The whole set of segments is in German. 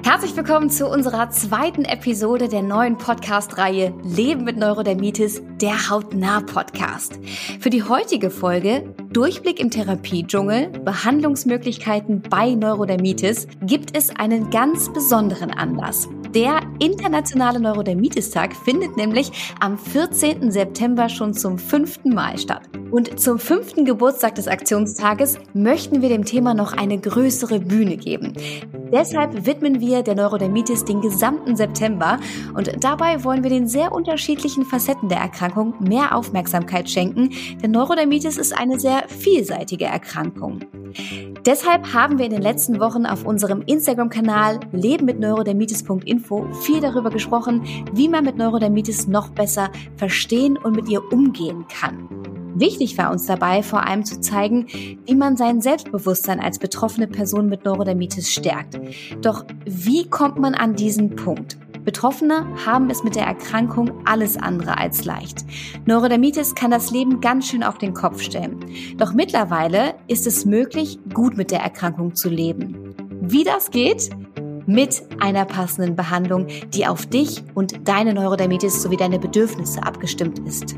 Herzlich willkommen zu unserer zweiten Episode der neuen Podcast-Reihe Leben mit Neurodermitis, der Hautnah-Podcast. Für die heutige Folge Durchblick im Therapiedschungel, Behandlungsmöglichkeiten bei Neurodermitis gibt es einen ganz besonderen Anlass. Der Internationale Neurodermitis-Tag findet nämlich am 14. September schon zum 5. Mal statt. Und zum 5. Geburtstag des Aktionstages möchten wir dem Thema noch eine größere Bühne geben. Deshalb widmen wir der Neurodermitis den gesamten September und dabei wollen wir den sehr unterschiedlichen Facetten der Erkrankung mehr Aufmerksamkeit schenken, denn Neurodermitis ist eine sehr vielseitige Erkrankung. Deshalb haben wir in den letzten Wochen auf unserem Instagram-Kanal lebenmitneurodermitis.info viel darüber gesprochen, wie man mit Neurodermitis noch besser verstehen und mit ihr umgehen kann. Wichtig war uns dabei, vor allem zu zeigen, wie man sein Selbstbewusstsein als betroffene Person mit Neurodermitis stärkt. Doch wie kommt man an diesen Punkt? Betroffene haben es mit der Erkrankung alles andere als leicht. Neurodermitis kann das Leben ganz schön auf den Kopf stellen. Doch mittlerweile ist es möglich, gut mit der Erkrankung zu leben. Wie das geht? Mit einer passenden Behandlung, die auf dich und deine Neurodermitis sowie deine Bedürfnisse abgestimmt ist.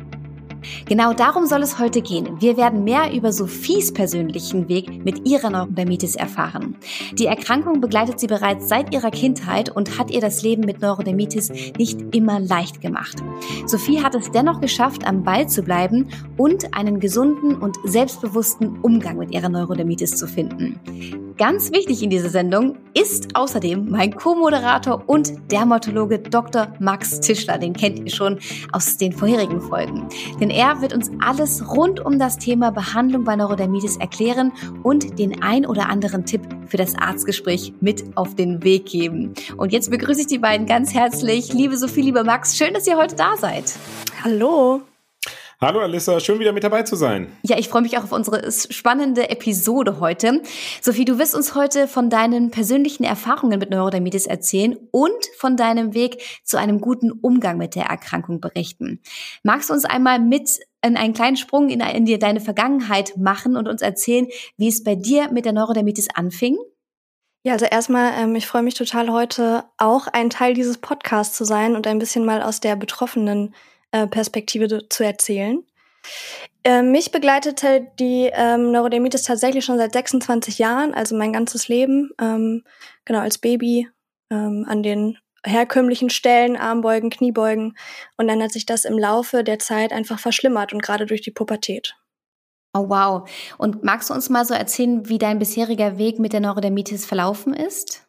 Genau darum soll es heute gehen. Wir werden mehr über Sophies persönlichen Weg mit ihrer Neurodermitis erfahren. Die Erkrankung begleitet sie bereits seit ihrer Kindheit und hat ihr das Leben mit Neurodermitis nicht immer leicht gemacht. Sophie hat es dennoch geschafft, am Ball zu bleiben und einen gesunden und selbstbewussten Umgang mit ihrer Neurodermitis zu finden. Ganz wichtig in dieser Sendung ist außerdem mein Co-Moderator und Dermatologe Dr. Max Tischler. Den kennt ihr schon aus den vorherigen Folgen. Denn er wird uns alles rund um das Thema Behandlung bei Neurodermitis erklären und den ein oder anderen Tipp für das Arztgespräch mit auf den Weg geben. Und jetzt begrüße ich die beiden ganz herzlich. Liebe Sophie, lieber Max, schön, dass ihr heute da seid. Hallo. Hallo Alissa, schön wieder mit dabei zu sein. Ja, ich freue mich auch auf unsere spannende Episode heute. Sophie, du wirst uns heute von deinen persönlichen Erfahrungen mit Neurodermitis erzählen und von deinem Weg zu einem guten Umgang mit der Erkrankung berichten. Magst du uns einmal mit in einen kleinen Sprung in deine Vergangenheit machen und uns erzählen, wie es bei dir mit der Neurodermitis anfing? Ja, also erstmal, ich freue mich total, heute auch ein Teil dieses Podcasts zu sein und ein bisschen mal aus der betroffenen Perspektive zu erzählen. Mich begleitete die Neurodermitis tatsächlich schon seit 26 Jahren, also mein ganzes Leben. Genau, als Baby an den herkömmlichen Stellen, Armbeugen, Kniebeugen. Und dann hat sich das im Laufe der Zeit einfach verschlimmert und gerade durch die Pubertät. Oh wow. Und magst du uns mal so erzählen, wie dein bisheriger Weg mit der Neurodermitis verlaufen ist?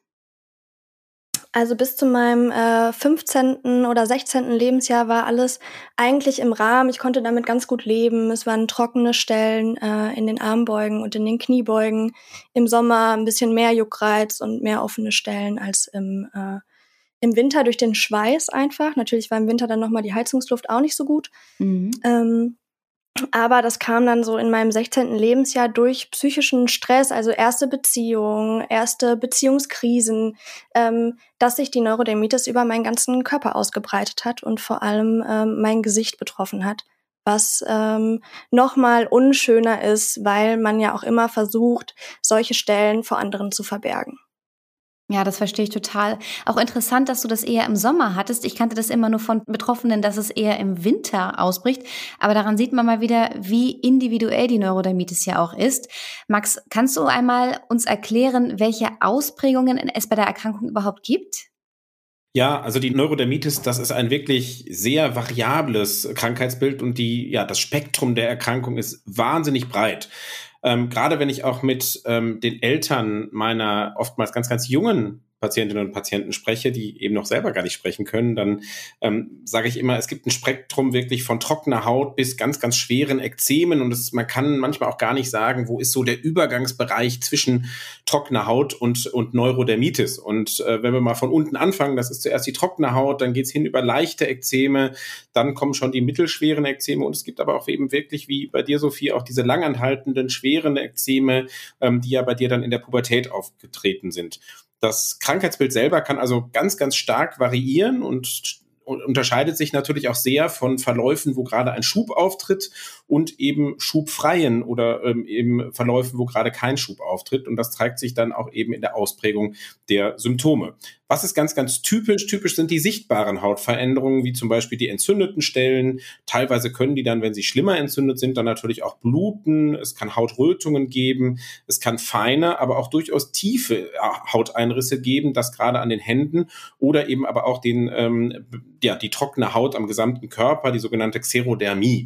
Also bis zu meinem 15. oder 16. Lebensjahr war alles eigentlich im Rahmen. Ich konnte damit ganz gut leben. Es waren trockene Stellen in den Armbeugen und in den Kniebeugen. Im Sommer ein bisschen mehr Juckreiz und mehr offene Stellen als im Winter durch den Schweiß einfach. Natürlich war im Winter dann nochmal die Heizungsluft auch nicht so gut. Mhm. Aber das kam dann so in meinem 16. Lebensjahr durch psychischen Stress, also erste Beziehung, erste Beziehungskrisen, dass sich die Neurodermitis über meinen ganzen Körper ausgebreitet hat und vor allem mein Gesicht betroffen hat, was nochmal unschöner ist, weil man ja auch immer versucht, solche Stellen vor anderen zu verbergen. Ja, das verstehe ich total. Auch interessant, dass du das eher im Sommer hattest. Ich kannte das immer nur von Betroffenen, dass es eher im Winter ausbricht. Aber daran sieht man mal wieder, wie individuell die Neurodermitis ja auch ist. Max, kannst du einmal uns erklären, welche Ausprägungen es bei der Erkrankung überhaupt gibt? Ja, also die Neurodermitis, das ist ein wirklich sehr variables Krankheitsbild und das Spektrum der Erkrankung ist wahnsinnig breit. Gerade wenn ich auch mit den Eltern meiner oftmals ganz, ganz jungen Patientinnen und Patienten spreche, die eben noch selber gar nicht sprechen können, dann sage ich immer, es gibt ein Spektrum wirklich von trockener Haut bis ganz, ganz schweren Ekzemen und man kann manchmal auch gar nicht sagen, wo ist so der Übergangsbereich zwischen trockener Haut und Neurodermitis. Und wenn wir mal von unten anfangen, das ist zuerst die trockene Haut, dann geht's hin über leichte Ekzeme, dann kommen schon die mittelschweren Ekzeme und es gibt aber auch eben wirklich, wie bei dir, Sophie, auch diese langanhaltenden, schweren Ekzeme, die ja bei dir dann in der Pubertät aufgetreten sind. Das Krankheitsbild selber kann also ganz, ganz stark variieren und unterscheidet sich natürlich auch sehr von Verläufen, wo gerade ein Schub auftritt und eben schubfreien oder eben Verläufen, wo gerade kein Schub auftritt. Und das zeigt sich dann auch eben in der Ausprägung der Symptome. Was ist ganz, ganz typisch? Typisch sind die sichtbaren Hautveränderungen, wie zum Beispiel die entzündeten Stellen. Teilweise können die dann, wenn sie schlimmer entzündet sind, dann natürlich auch bluten. Es kann Hautrötungen geben. Es kann feine, aber auch durchaus tiefe Hauteinrisse geben, das gerade an den Händen oder eben aber auch die trockene Haut am gesamten Körper, die sogenannte Xerodermie.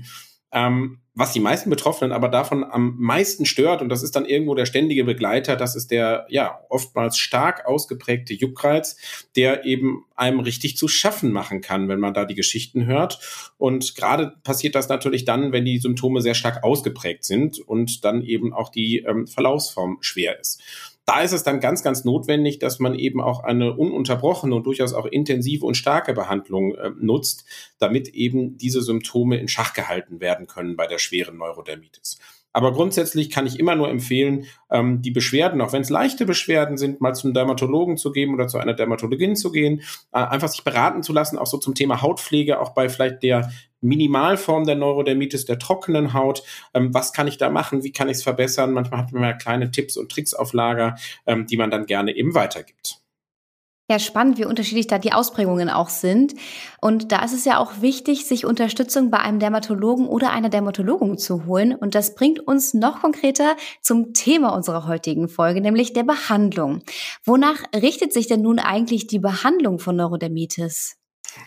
Was die meisten Betroffenen aber davon am meisten stört, und das ist dann irgendwo der ständige Begleiter, das ist der oftmals stark ausgeprägte Juckreiz, der eben einem richtig zu schaffen machen kann, wenn man da die Geschichten hört. Und gerade passiert das natürlich dann, wenn die Symptome sehr stark ausgeprägt sind und dann eben auch die Verlaufsform schwer ist. Da ist es dann ganz, ganz notwendig, dass man eben auch eine ununterbrochene und durchaus auch intensive und starke Behandlung nutzt, damit eben diese Symptome in Schach gehalten werden können bei der schweren Neurodermitis. Aber grundsätzlich kann ich immer nur empfehlen, die Beschwerden, auch wenn es leichte Beschwerden sind, mal zum Dermatologen zu gehen oder zu einer Dermatologin zu gehen, einfach sich beraten zu lassen, auch so zum Thema Hautpflege, auch bei vielleicht der Minimalform der Neurodermitis, der trockenen Haut. Was kann ich da machen? Wie kann ich es verbessern? Manchmal hat man ja kleine Tipps und Tricks auf Lager, die man dann gerne eben weitergibt. Ja, spannend, wie unterschiedlich da die Ausprägungen auch sind. Und da ist es ja auch wichtig, sich Unterstützung bei einem Dermatologen oder einer Dermatologin zu holen. Und das bringt uns noch konkreter zum Thema unserer heutigen Folge, nämlich der Behandlung. Wonach richtet sich denn nun eigentlich die Behandlung von Neurodermitis?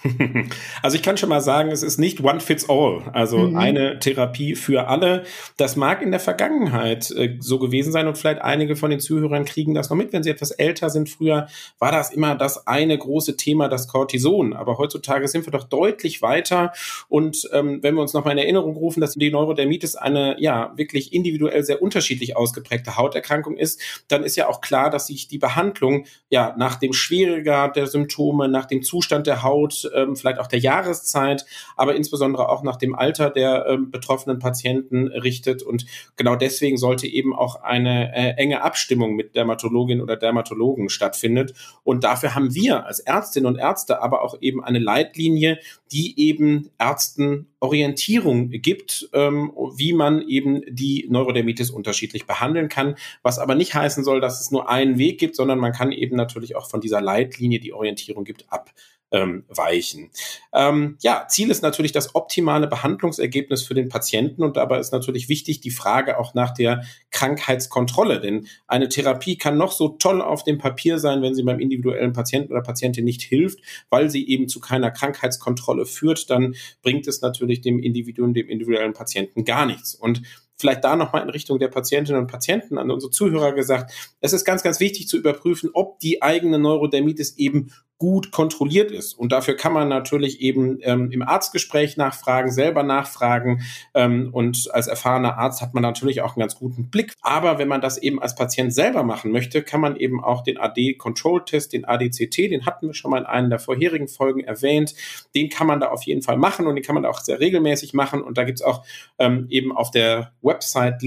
Also ich kann schon mal sagen, es ist nicht one fits all, also eine Therapie für alle. Das mag in der Vergangenheit so gewesen sein und vielleicht einige von den Zuhörern kriegen das noch mit, wenn sie etwas älter sind. Früher war das immer das eine große Thema, das Cortison. Aber heutzutage sind wir doch deutlich weiter. Und wenn wir uns noch mal in Erinnerung rufen, dass die Neurodermitis eine wirklich individuell sehr unterschiedlich ausgeprägte Hauterkrankung ist, dann ist ja auch klar, dass sich die Behandlung nach dem Schweregrad der Symptome, nach dem Zustand der Haut, vielleicht auch der Jahreszeit, aber insbesondere auch nach dem Alter der betroffenen Patienten richtet. Und genau deswegen sollte eben auch eine enge Abstimmung mit Dermatologin oder Dermatologen stattfindet. Und dafür haben wir als Ärztinnen und Ärzte aber auch eben eine Leitlinie, die eben Ärzten Orientierung gibt, wie man eben die Neurodermitis unterschiedlich behandeln kann, was aber nicht heißen soll, dass es nur einen Weg gibt, sondern man kann eben natürlich auch von dieser Leitlinie, die Orientierung gibt, weichen. Ziel ist natürlich das optimale Behandlungsergebnis für den Patienten und dabei ist natürlich wichtig die Frage auch nach der Krankheitskontrolle, denn eine Therapie kann noch so toll auf dem Papier sein, wenn sie beim individuellen Patienten oder Patientin nicht hilft, weil sie eben zu keiner Krankheitskontrolle führt, dann bringt es natürlich dem Individuum, dem individuellen Patienten gar nichts. Und vielleicht da nochmal in Richtung der Patientinnen und Patienten an unsere Zuhörer gesagt, es ist ganz, ganz wichtig zu überprüfen, ob die eigene Neurodermitis eben gut kontrolliert ist. Und dafür kann man natürlich eben im Arztgespräch nachfragen, selber nachfragen. Und als erfahrener Arzt hat man natürlich auch einen ganz guten Blick. Aber wenn man das eben als Patient selber machen möchte, kann man eben auch den AD-Control-Test, den ADCT, den hatten wir schon mal in einer der vorherigen Folgen erwähnt, den kann man da auf jeden Fall machen und den kann man da auch sehr regelmäßig machen. Und da gibt's auch eben auf der Website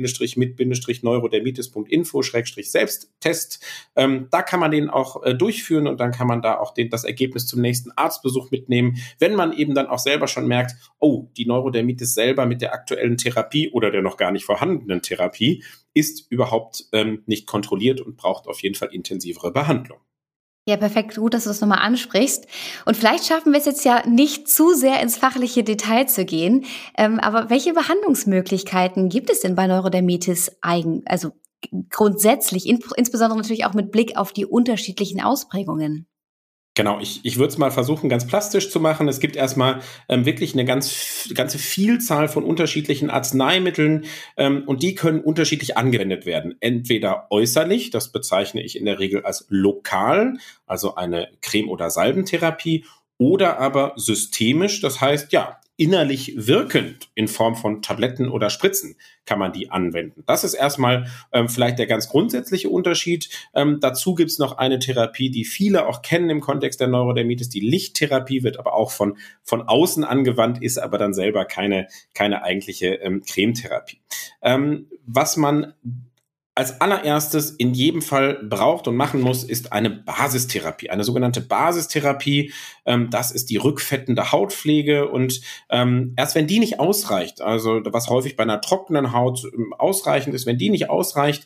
leben-mit-neurodermitis.info/selbsttest. Da kann man den auch durchführen und dann kann man da auch das Ergebnis zum nächsten Arztbesuch mitnehmen, wenn man eben dann auch selber schon merkt, oh, die Neurodermitis selber mit der aktuellen Therapie oder der noch gar nicht vorhandenen Therapie ist überhaupt nicht kontrolliert und braucht auf jeden Fall intensivere Behandlung. Ja, perfekt. Gut, dass du das nochmal ansprichst. Und vielleicht schaffen wir es jetzt ja nicht zu sehr ins fachliche Detail zu gehen. Aber welche Behandlungsmöglichkeiten gibt es denn bei Neurodermitis grundsätzlich, insbesondere natürlich auch mit Blick auf die unterschiedlichen Ausprägungen? Genau, ich würde es mal versuchen, ganz plastisch zu machen. Es gibt erstmal wirklich eine ganze Vielzahl von unterschiedlichen Arzneimitteln und die können unterschiedlich angewendet werden. Entweder äußerlich, das bezeichne ich in der Regel als lokal, also eine Creme- oder Salbentherapie, oder aber systemisch, das heißt innerlich wirkend in Form von Tabletten oder Spritzen kann man die anwenden. Das ist erstmal vielleicht der ganz grundsätzliche Unterschied. Dazu gibt es noch eine Therapie, die viele auch kennen im Kontext der Neurodermitis. Die Lichttherapie wird aber auch von außen angewandt, ist aber dann selber keine eigentliche Cremetherapie. Was man als allererstes in jedem Fall braucht und machen muss, ist eine Basistherapie, eine sogenannte Basistherapie. Das ist die rückfettende Hautpflege und erst wenn die nicht ausreicht, also was häufig bei einer trockenen Haut ausreichend ist, wenn die nicht ausreicht,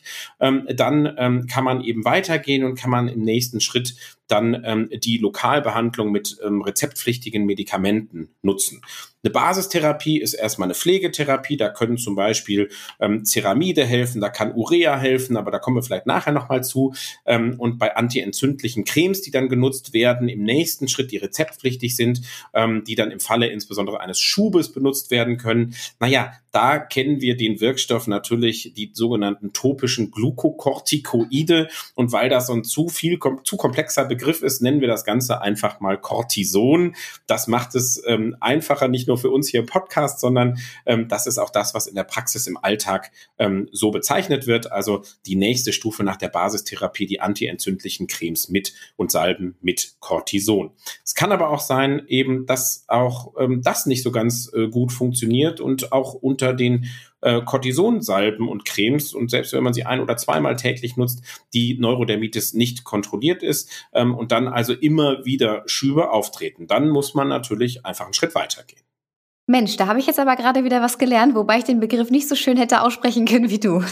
dann kann man eben weitergehen und kann man im nächsten Schritt dann die Lokalbehandlung mit rezeptpflichtigen Medikamenten nutzen. Eine Basistherapie ist erstmal eine Pflegetherapie, da können zum Beispiel Ceramide helfen, da kann Urea helfen, aber da kommen wir vielleicht nachher nochmal zu. Und bei antientzündlichen Cremes, die dann genutzt werden, im nächsten Schritt, die rezeptpflichtig sind, die dann im Falle insbesondere eines Schubes benutzt werden können. Naja, da kennen wir den Wirkstoff natürlich, die sogenannten topischen Glukokortikoide. Und weil das so ein zu komplexer Begriff ist, nennen wir das Ganze einfach mal Cortison. Das macht es einfacher, nicht nur für uns hier im Podcast, sondern das ist auch das, was in der Praxis im Alltag so bezeichnet wird. Also die nächste Stufe nach der Basistherapie, die antientzündlichen Cremes mit und Salben mit Cortison. Es kann aber auch sein, eben, dass auch das nicht so ganz gut funktioniert und auch unter den Cortisonsalben und Cremes und selbst wenn man sie ein- oder zweimal täglich nutzt, die Neurodermitis nicht kontrolliert ist und dann also immer wieder Schübe auftreten. Dann muss man natürlich einfach einen Schritt weitergehen. Mensch, da habe ich jetzt aber gerade wieder was gelernt, wobei ich den Begriff nicht so schön hätte aussprechen können wie du.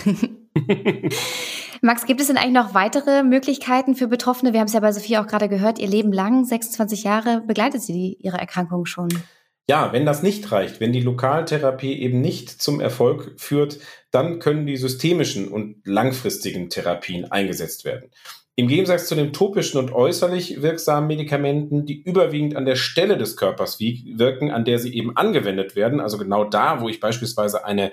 Max, gibt es denn eigentlich noch weitere Möglichkeiten für Betroffene? Wir haben es ja bei Sophie auch gerade gehört, ihr Leben lang, 26 Jahre, begleitet sie ihre Erkrankung schon. Ja, wenn das nicht reicht, wenn die Lokaltherapie eben nicht zum Erfolg führt, dann können die systemischen und langfristigen Therapien eingesetzt werden. Im Gegensatz zu den topischen und äußerlich wirksamen Medikamenten, die überwiegend an der Stelle des Körpers wirken, an der sie eben angewendet werden, also genau da, wo ich beispielsweise eine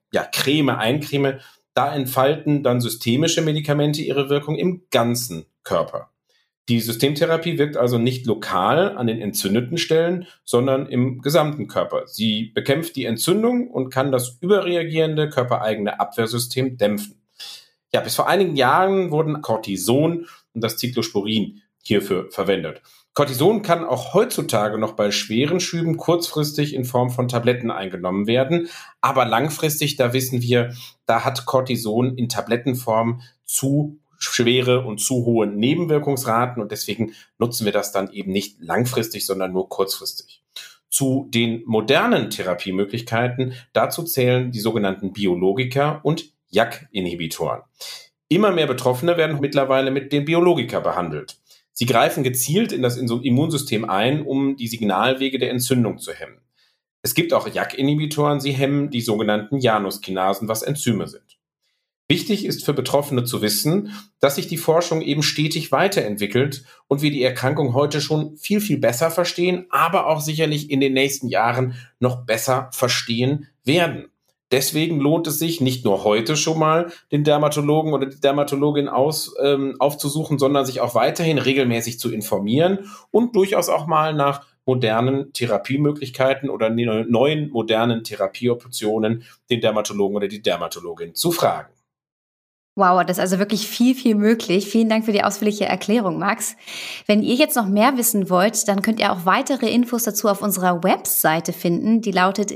Creme eincreme, da entfalten dann systemische Medikamente ihre Wirkung im ganzen Körper. Die Systemtherapie wirkt also nicht lokal an den entzündeten Stellen, sondern im gesamten Körper. Sie bekämpft die Entzündung und kann das überreagierende körpereigene Abwehrsystem dämpfen. Ja, bis vor einigen Jahren wurden Cortison und das Cyclosporin hierfür verwendet. Cortison kann auch heutzutage noch bei schweren Schüben kurzfristig in Form von Tabletten eingenommen werden, aber langfristig, da wissen wir, da hat Cortison in Tablettenform zu schwere und zu hohe Nebenwirkungsraten und deswegen nutzen wir das dann eben nicht langfristig, sondern nur kurzfristig. Zu den modernen Therapiemöglichkeiten, dazu zählen die sogenannten Biologika und JAK-Inhibitoren. Immer mehr Betroffene werden mittlerweile mit den Biologika behandelt. Sie greifen gezielt in das Immunsystem ein, um die Signalwege der Entzündung zu hemmen. Es gibt auch JAK-Inhibitoren, sie hemmen die sogenannten Januskinasen, was Enzyme sind. Wichtig ist für Betroffene zu wissen, dass sich die Forschung eben stetig weiterentwickelt und wir die Erkrankung heute schon viel, viel besser verstehen, aber auch sicherlich in den nächsten Jahren noch besser verstehen werden. Deswegen lohnt es sich, nicht nur heute schon mal den Dermatologen oder die Dermatologin aufzusuchen, sondern sich auch weiterhin regelmäßig zu informieren und durchaus auch mal nach modernen Therapiemöglichkeiten oder neuen modernen Therapieoptionen den Dermatologen oder die Dermatologin zu fragen. Wow, das ist also wirklich viel, viel möglich. Vielen Dank für die ausführliche Erklärung, Max. Wenn ihr jetzt noch mehr wissen wollt, dann könnt ihr auch weitere Infos dazu auf unserer Webseite finden. Die lautet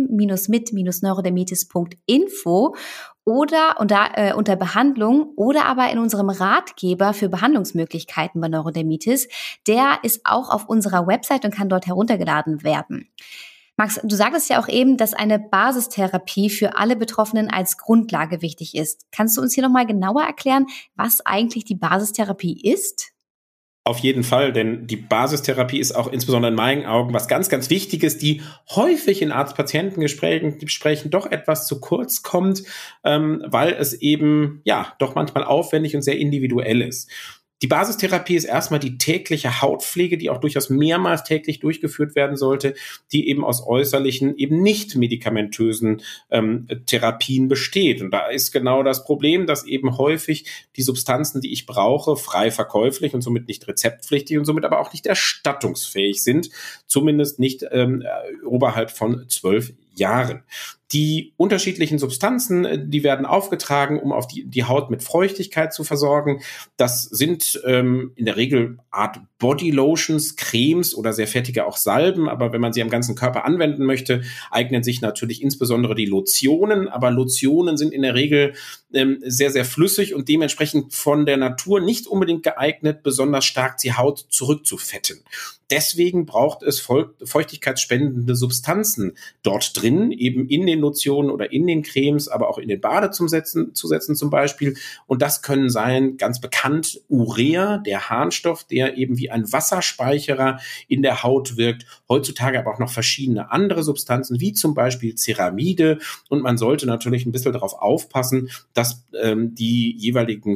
leben-mit-neurodermitis.info oder unter Behandlung oder aber in unserem Ratgeber für Behandlungsmöglichkeiten bei Neurodermitis. Der ist auch auf unserer Website und kann dort heruntergeladen werden. Max, du sagtest ja auch eben, dass eine Basistherapie für alle Betroffenen als Grundlage wichtig ist. Kannst du uns hier nochmal genauer erklären, was eigentlich die Basistherapie ist? Auf jeden Fall, denn die Basistherapie ist auch insbesondere in meinen Augen was ganz, ganz Wichtiges, die häufig in Arzt-Patienten-Gesprächen doch etwas zu kurz kommt, weil es eben doch manchmal aufwendig und sehr individuell ist. Die Basistherapie ist erstmal die tägliche Hautpflege, die auch durchaus mehrmals täglich durchgeführt werden sollte, die eben aus äußerlichen, eben nicht medikamentösen Therapien besteht. Und da ist genau das Problem, dass eben häufig die Substanzen, die ich brauche, frei verkäuflich und somit nicht rezeptpflichtig und somit aber auch nicht erstattungsfähig sind, zumindest nicht oberhalb von 12 Jahren. Die unterschiedlichen Substanzen, die werden aufgetragen, um auf die Haut mit Feuchtigkeit zu versorgen. Das sind in der Regel Art Bodylotions, Cremes oder sehr fettige auch Salben. Aber wenn man sie am ganzen Körper anwenden möchte, eignen sich natürlich insbesondere die Lotionen. Aber Lotionen sind in der Regel sehr, sehr flüssig und dementsprechend von der Natur nicht unbedingt geeignet, besonders stark die Haut zurückzufetten. Deswegen braucht es feuchtigkeitsspendende Substanzen dort drin, eben in den Lotionen oder in den Cremes, aber auch in den Bade zu setzen zum Beispiel. Und das können sein, ganz bekannt, Urea, der Harnstoff, der eben wie ein Wasserspeicherer in der Haut wirkt. Heutzutage aber auch noch verschiedene andere Substanzen, wie zum Beispiel Ceramide. Und man sollte natürlich ein bisschen darauf aufpassen, dass die jeweiligen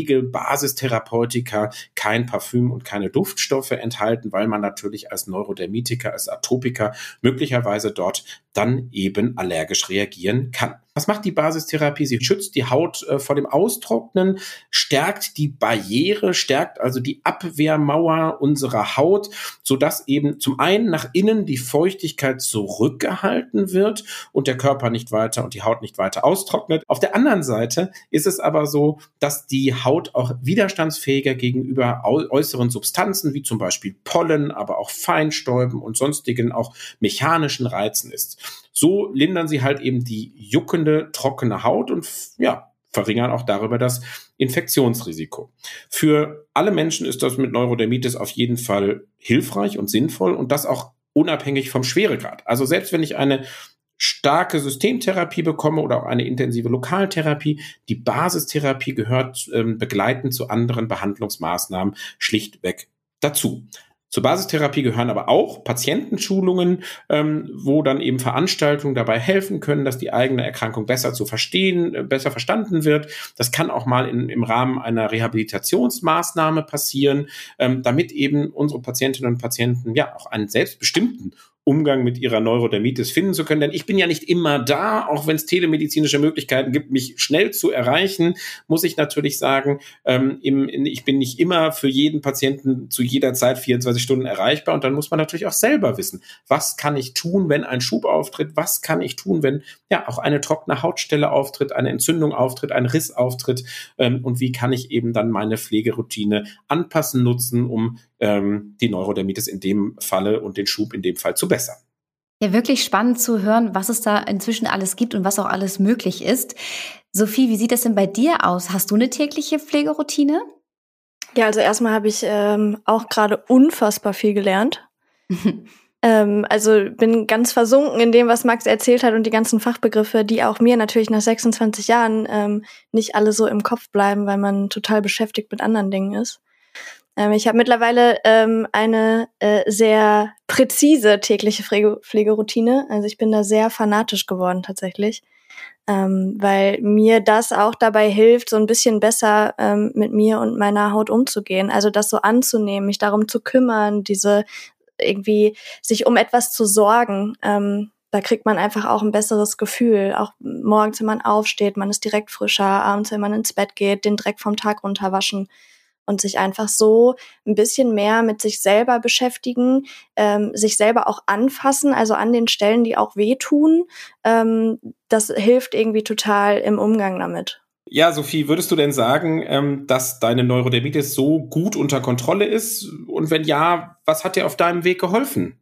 Pflege-Basistherapeutika kein Parfüm und keine Duftstoffe enthalten, weil man natürlich als Neurodermitiker, als Atopiker möglicherweise dort dann eben allergisch reagieren kann. Was macht die Basistherapie? Sie schützt die Haut vor dem Austrocknen, stärkt die Barriere, stärkt also die Abwehrmauer unserer Haut, sodass eben zum einen nach innen die Feuchtigkeit zurückgehalten wird und der Körper nicht weiter und die Haut nicht weiter austrocknet. Auf der anderen Seite ist es aber so, dass die Haut auch widerstandsfähiger gegenüber äußeren Substanzen, wie zum Beispiel Pollen, aber auch Feinstäuben und sonstigen auch mechanischen Reizen ist. So lindern sie halt eben die juckende, trockene Haut und verringern auch darüber das Infektionsrisiko. Für alle Menschen ist das mit Neurodermitis auf jeden Fall hilfreich und sinnvoll und das auch unabhängig vom Schweregrad. Also selbst wenn ich eine starke Systemtherapie bekomme oder auch eine intensive Lokaltherapie, die Basistherapie gehört begleitend zu anderen Behandlungsmaßnahmen schlichtweg dazu. Zur Basistherapie gehören aber auch Patientenschulungen, wo dann eben Veranstaltungen dabei helfen können, dass die eigene Erkrankung besser zu verstehen, besser verstanden wird. Das kann auch mal im Rahmen einer Rehabilitationsmaßnahme passieren, damit eben unsere Patientinnen und Patienten auch einen selbstbestimmten Umgang mit ihrer Neurodermitis finden zu können. Denn ich bin ja nicht immer da, auch wenn es telemedizinische Möglichkeiten gibt, mich schnell zu erreichen, muss ich natürlich sagen, ich bin nicht immer für jeden Patienten zu jeder Zeit 24 Stunden erreichbar. Und dann muss man natürlich auch selber wissen, was kann ich tun, wenn ein Schub auftritt? Was kann ich tun, wenn auch eine trockene Hautstelle auftritt, eine Entzündung auftritt, ein Riss auftritt? Und wie kann ich eben dann meine Pflegeroutine anpassen, nutzen, um die Neurodermitis in dem Falle und den Schub in dem Fall zu bessern. Ja, wirklich spannend zu hören, was es da inzwischen alles gibt und was auch alles möglich ist. Sophie, wie sieht das denn bei dir aus? Hast du eine tägliche Pflegeroutine? Ja, also erstmal habe ich auch gerade unfassbar viel gelernt. Also bin ganz versunken in dem, was Max erzählt hat und die ganzen Fachbegriffe, die auch mir natürlich nach 26 Jahren nicht alle so im Kopf bleiben, weil man total beschäftigt mit anderen Dingen ist. Ich habe mittlerweile eine sehr präzise tägliche Pflegeroutine. Also ich bin da sehr fanatisch geworden tatsächlich, weil mir das auch dabei hilft, so ein bisschen besser mit mir und meiner Haut umzugehen. Also das so anzunehmen, mich darum zu kümmern, diese irgendwie sich um etwas zu sorgen. Da kriegt man einfach auch ein besseres Gefühl. Auch morgens, wenn man aufsteht, man ist direkt frischer. Abends, wenn man ins Bett geht, den Dreck vom Tag runterwaschen. Und sich einfach so ein bisschen mehr mit sich selber beschäftigen, sich selber auch anfassen, also an den Stellen, die auch wehtun. Das hilft irgendwie total im Umgang damit. Ja, Sophie, würdest du denn sagen, dass deine Neurodermitis so gut unter Kontrolle ist? Und wenn ja, was hat dir auf deinem Weg geholfen?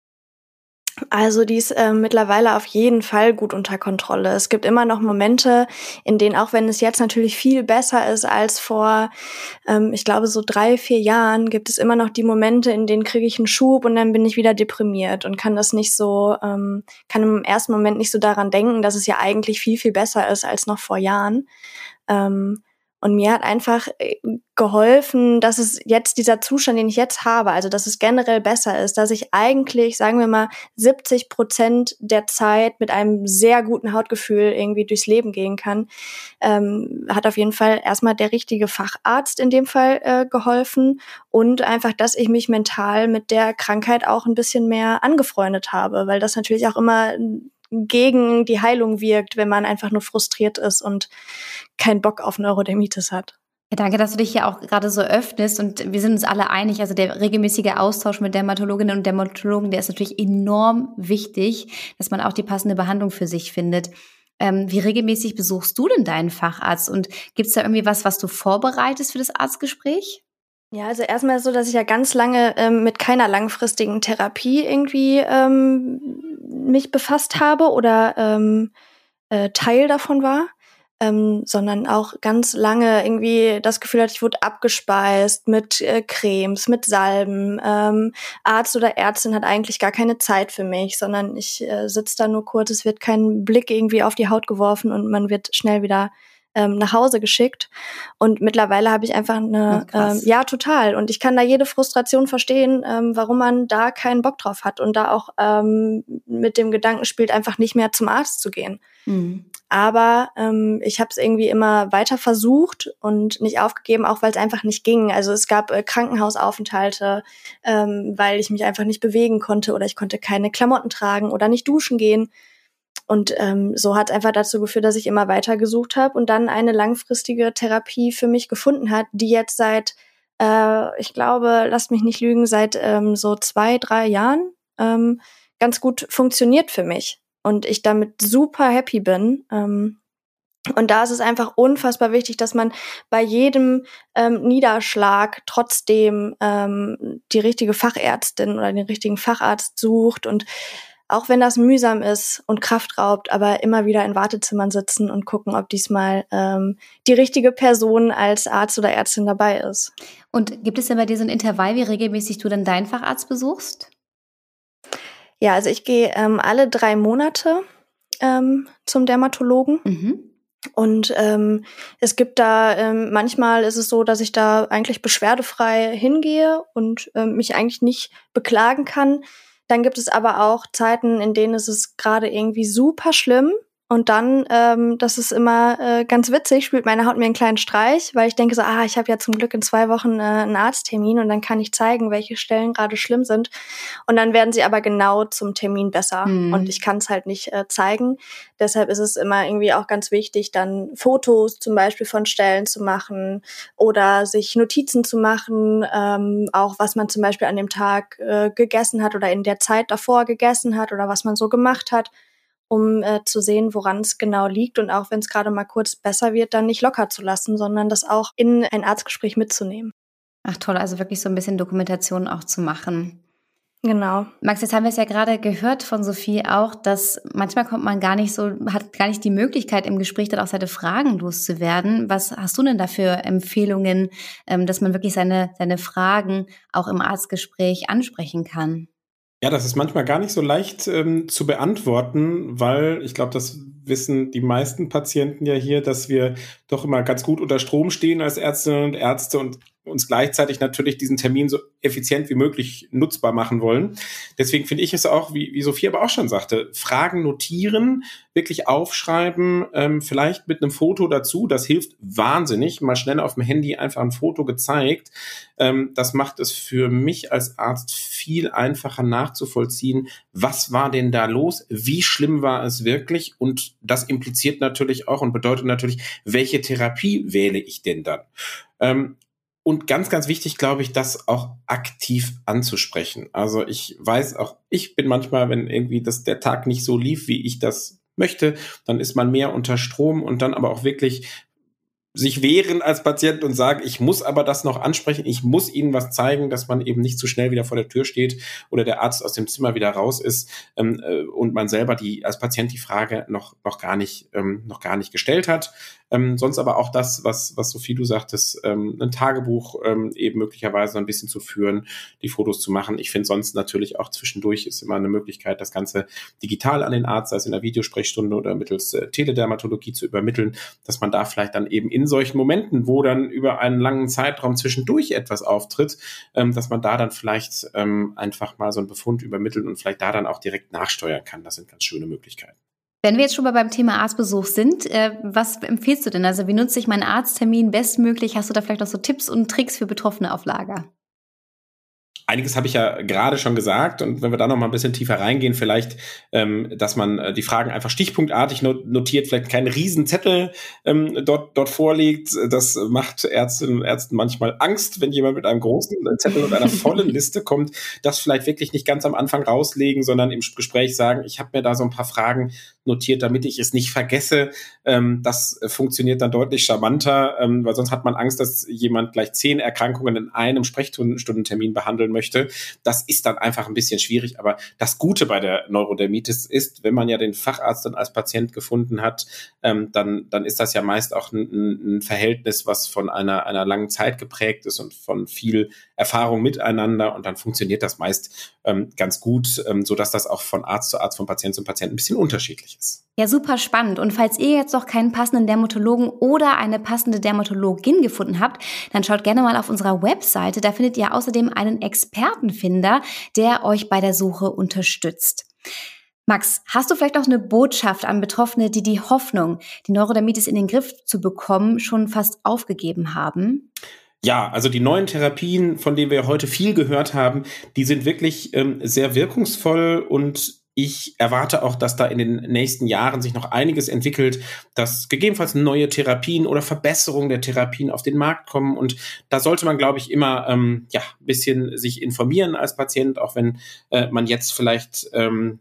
Also die ist mittlerweile auf jeden Fall gut unter Kontrolle. Es gibt immer noch Momente, in denen, auch wenn es jetzt natürlich viel besser ist als vor, ich glaube so 3-4 Jahren, gibt es immer noch die Momente, in denen kriege ich einen Schub und dann bin ich wieder deprimiert und kann das nicht so, kann im ersten Moment nicht so daran denken, dass es ja eigentlich viel, viel besser ist als noch vor Jahren. Und mir hat einfach geholfen, dass es jetzt dieser Zustand, den ich jetzt habe, also dass es generell besser ist, dass ich eigentlich, sagen wir mal, 70% der Zeit mit einem sehr guten Hautgefühl irgendwie durchs Leben gehen kann, hat auf jeden Fall erstmal der richtige Facharzt in dem Fall geholfen und einfach, dass ich mich mental mit der Krankheit auch ein bisschen mehr angefreundet habe, weil das natürlich auch immer gegen die Heilung wirkt, wenn man einfach nur frustriert ist und keinen Bock auf Neurodermitis hat. Ja, danke, dass du dich hier auch gerade so öffnest und wir sind uns alle einig, also der regelmäßige Austausch mit Dermatologinnen und Dermatologen, der ist natürlich enorm wichtig, dass man auch die passende Behandlung für sich findet. Wie regelmäßig besuchst du denn deinen Facharzt und gibt es da irgendwie was du vorbereitest für das Arztgespräch? Ja, also erstmal so, dass ich ja ganz lange mit keiner langfristigen Therapie irgendwie mich befasst habe oder Teil davon war, sondern auch ganz lange irgendwie das Gefühl hatte, ich wurde abgespeist mit Cremes, mit Salben. Arzt oder Ärztin hat eigentlich gar keine Zeit für mich, sondern ich sitze da nur kurz, es wird kein Blick irgendwie auf die Haut geworfen und man wird schnell wieder nach Hause geschickt. Und mittlerweile habe ich einfach ja, total. Und ich kann da jede Frustration verstehen, warum man da keinen Bock drauf hat und da auch mit dem Gedanken spielt, einfach nicht mehr zum Arzt zu gehen. Mhm. Aber ich habe es irgendwie immer weiter versucht und nicht aufgegeben, auch weil es einfach nicht ging. Also es gab Krankenhausaufenthalte, weil ich mich einfach nicht bewegen konnte oder ich konnte keine Klamotten tragen oder nicht duschen gehen. Und so hat es einfach dazu geführt, dass ich immer weiter gesucht habe und dann eine langfristige Therapie für mich gefunden hat, die jetzt seit, ich glaube, lasst mich nicht lügen, seit so 2-3 Jahren ganz gut funktioniert für mich. Und ich damit super happy bin. Und da ist es einfach unfassbar wichtig, dass man bei jedem Niederschlag trotzdem die richtige Fachärztin oder den richtigen Facharzt sucht. Und auch wenn das mühsam ist und Kraft raubt, aber immer wieder in Wartezimmern sitzen und gucken, ob diesmal die richtige Person als Arzt oder Ärztin dabei ist. Und gibt es denn bei dir so ein Intervall, wie regelmäßig du dann deinen Facharzt besuchst? Ja, also ich gehe alle 3 Monate zum Dermatologen. Mhm. Und es gibt da, manchmal ist es so, dass ich da eigentlich beschwerdefrei hingehe und mich eigentlich nicht beklagen kann. Dann gibt es aber auch Zeiten, in denen ist es gerade irgendwie super schlimm. Und dann, das ist immer ganz witzig, spielt meine Haut mir einen kleinen Streich, weil ich denke so, ich habe ja zum Glück in 2 Wochen einen Arzttermin und dann kann ich zeigen, welche Stellen gerade schlimm sind. Und dann werden sie aber genau zum Termin besser. Und ich kann es halt nicht zeigen. Deshalb ist es immer irgendwie auch ganz wichtig, dann Fotos zum Beispiel von Stellen zu machen oder sich Notizen zu machen, auch was man zum Beispiel an dem Tag gegessen hat oder in der Zeit davor gegessen hat oder was man so gemacht hat, um zu sehen, woran es genau liegt und auch wenn es gerade mal kurz besser wird, dann nicht locker zu lassen, sondern das auch in ein Arztgespräch mitzunehmen. Ach toll, also wirklich so ein bisschen Dokumentation auch zu machen. Genau. Max, jetzt haben wir es ja gerade gehört von Sophie auch, dass manchmal hat gar nicht die Möglichkeit im Gespräch dann auch seine Fragen loszuwerden. Was hast du denn da für Empfehlungen, dass man wirklich seine Fragen auch im Arztgespräch ansprechen kann? Ja, das ist manchmal gar nicht so leicht zu beantworten, weil ich glaube, das wissen die meisten Patienten ja hier, dass wir doch immer ganz gut unter Strom stehen als Ärztinnen und Ärzte und uns gleichzeitig natürlich diesen Termin so effizient wie möglich nutzbar machen wollen. Deswegen finde ich es auch, wie Sophie aber auch schon sagte, Fragen notieren, wirklich aufschreiben, vielleicht mit einem Foto dazu. Das hilft wahnsinnig. Mal schnell auf dem Handy einfach ein Foto gezeigt. Das macht es für mich als Arzt viel einfacher nachzuvollziehen, was war denn da los, wie schlimm war es wirklich und das impliziert natürlich auch und bedeutet natürlich, welche Therapie wähle ich denn dann? Und ganz, ganz wichtig, glaube ich, das auch aktiv anzusprechen. Also ich weiß auch, ich bin manchmal, wenn irgendwie der Tag nicht so lief, wie ich das möchte, dann ist man mehr unter Strom und dann aber auch wirklich sich wehren als Patient und sagen, ich muss aber das noch ansprechen, ich muss Ihnen was zeigen, dass man eben nicht zu schnell wieder vor der Tür steht oder der Arzt aus dem Zimmer wieder raus ist und man selber als Patient die Frage noch gar nicht gestellt hat. Sonst aber auch das, was Sophie, du sagtest, ein Tagebuch eben möglicherweise ein bisschen zu führen, die Fotos zu machen. Ich finde sonst natürlich auch zwischendurch ist immer eine Möglichkeit, das Ganze digital an den Arzt, sei es in der Videosprechstunde oder mittels Teledermatologie zu übermitteln, dass man da vielleicht dann eben in solchen Momenten, wo dann über einen langen Zeitraum zwischendurch etwas auftritt, dass man da dann vielleicht einfach mal so einen Befund übermittelt und vielleicht da dann auch direkt nachsteuern kann. Das sind ganz schöne Möglichkeiten. Wenn wir jetzt schon mal beim Thema Arztbesuch sind, was empfiehlst du denn? Also wie nutze ich meinen Arzttermin bestmöglich? Hast du da vielleicht noch so Tipps und Tricks für Betroffene auf Lager? einiges habe ich ja gerade schon gesagt und wenn wir da noch mal ein bisschen tiefer reingehen, vielleicht, dass man die Fragen einfach stichpunktartig notiert, vielleicht keinen Riesenzettel dort vorlegt. Das macht Ärztinnen und Ärzten manchmal Angst, wenn jemand mit einem großen Zettel und einer vollen Liste kommt. Das vielleicht wirklich nicht ganz am Anfang rauslegen, sondern im Gespräch sagen, ich habe mir da so ein paar Fragen notiert, damit ich es nicht vergesse. Das funktioniert dann deutlich charmanter, weil sonst hat man Angst, dass jemand gleich 10 Erkrankungen in einem Sprechstundentermin behandeln möchte. Das ist dann einfach ein bisschen schwierig, aber das Gute bei der Neurodermitis ist, wenn man ja den Facharzt dann als Patient gefunden hat, dann ist das ja meist auch ein Verhältnis, was von einer langen Zeit geprägt ist und von viel Erfahrung miteinander und dann funktioniert das meist ganz gut, sodass das auch von Arzt zu Arzt, von Patient zu Patient ein bisschen unterschiedlich ist. Ja, super spannend. Und falls ihr jetzt noch keinen passenden Dermatologen oder eine passende Dermatologin gefunden habt, dann schaut gerne mal auf unserer Webseite. Da findet ihr außerdem einen Expertenfinder, der euch bei der Suche unterstützt. Max, hast du vielleicht noch eine Botschaft an Betroffene, die die Hoffnung, die Neurodermitis in den Griff zu bekommen, schon fast aufgegeben haben? Ja, also die neuen Therapien, von denen wir heute viel gehört haben, die sind wirklich sehr wirkungsvoll und ich erwarte auch, dass da in den nächsten Jahren sich noch einiges entwickelt, dass gegebenenfalls neue Therapien oder Verbesserungen der Therapien auf den Markt kommen. Und da sollte man, glaube ich, immer ein bisschen sich informieren als Patient, auch wenn man jetzt vielleicht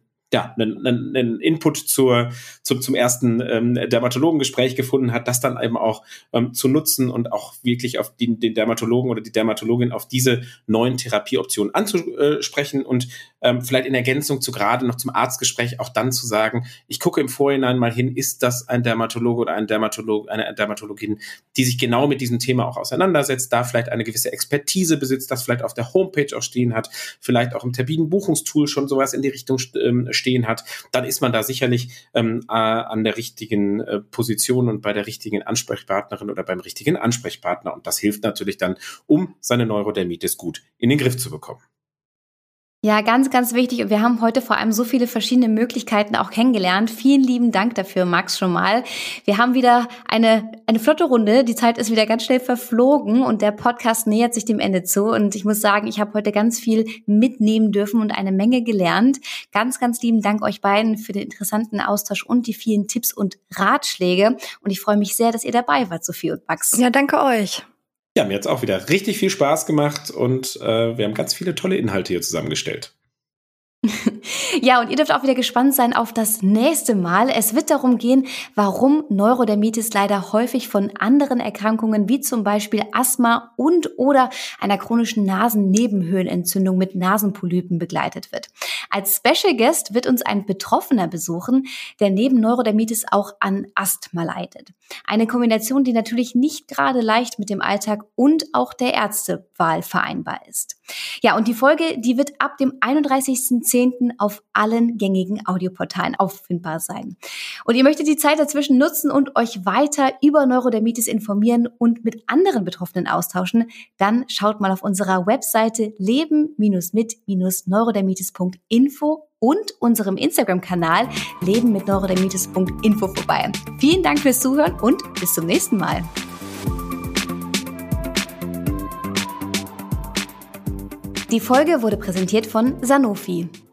einen Input zum ersten Dermatologengespräch gefunden hat, das dann eben auch zu nutzen und auch wirklich auf den Dermatologen oder die Dermatologin auf diese neuen Therapieoptionen anzusprechen und vielleicht in Ergänzung zu gerade noch zum Arztgespräch auch dann zu sagen, ich gucke im Vorhinein mal hin, ist das ein Dermatologe oder eine Dermatologin, die sich genau mit diesem Thema auch auseinandersetzt, da vielleicht eine gewisse Expertise besitzt, das vielleicht auf der Homepage auch stehen hat, vielleicht auch im Terminbuchungstool schon sowas in die Richtung stehen hat, dann ist man da sicherlich an der richtigen Position und bei der richtigen Ansprechpartnerin oder beim richtigen Ansprechpartner. Und das hilft natürlich dann, um seine Neurodermitis gut in den Griff zu bekommen. Ja, ganz, ganz wichtig. Und wir haben heute vor allem so viele verschiedene Möglichkeiten auch kennengelernt. Vielen lieben Dank dafür, Max, schon mal. Wir haben wieder eine flotte Runde. Die Zeit ist wieder ganz schnell verflogen und der Podcast nähert sich dem Ende zu. Und ich muss sagen, ich habe heute ganz viel mitnehmen dürfen und eine Menge gelernt. Ganz, ganz lieben Dank euch beiden für den interessanten Austausch und die vielen Tipps und Ratschläge. Und ich freue mich sehr, dass ihr dabei wart, Sophie und Max. Ja, danke euch. Ja, mir hat es auch wieder richtig viel Spaß gemacht und wir haben ganz viele tolle Inhalte hier zusammengestellt. Ja, und ihr dürft auch wieder gespannt sein auf das nächste Mal. Es wird darum gehen, warum Neurodermitis leider häufig von anderen Erkrankungen wie zum Beispiel Asthma und oder einer chronischen Nasennebenhöhlenentzündung mit Nasenpolypen begleitet wird. Als Special Guest wird uns ein Betroffener besuchen, der neben Neurodermitis auch an Asthma leidet. Eine Kombination, die natürlich nicht gerade leicht mit dem Alltag und auch der Ärztewahl vereinbar ist. Ja, und die Folge, die wird ab dem 31.10. auf allen gängigen Audioportalen auffindbar sein. Und ihr möchtet die Zeit dazwischen nutzen und euch weiter über Neurodermitis informieren und mit anderen Betroffenen austauschen, dann schaut mal auf unserer Webseite leben-mit-neurodermitis.info und unserem Instagram-Kanal lebenmitneurodermitis.info vorbei. Vielen Dank fürs Zuhören und bis zum nächsten Mal. Die Folge wurde präsentiert von Sanofi.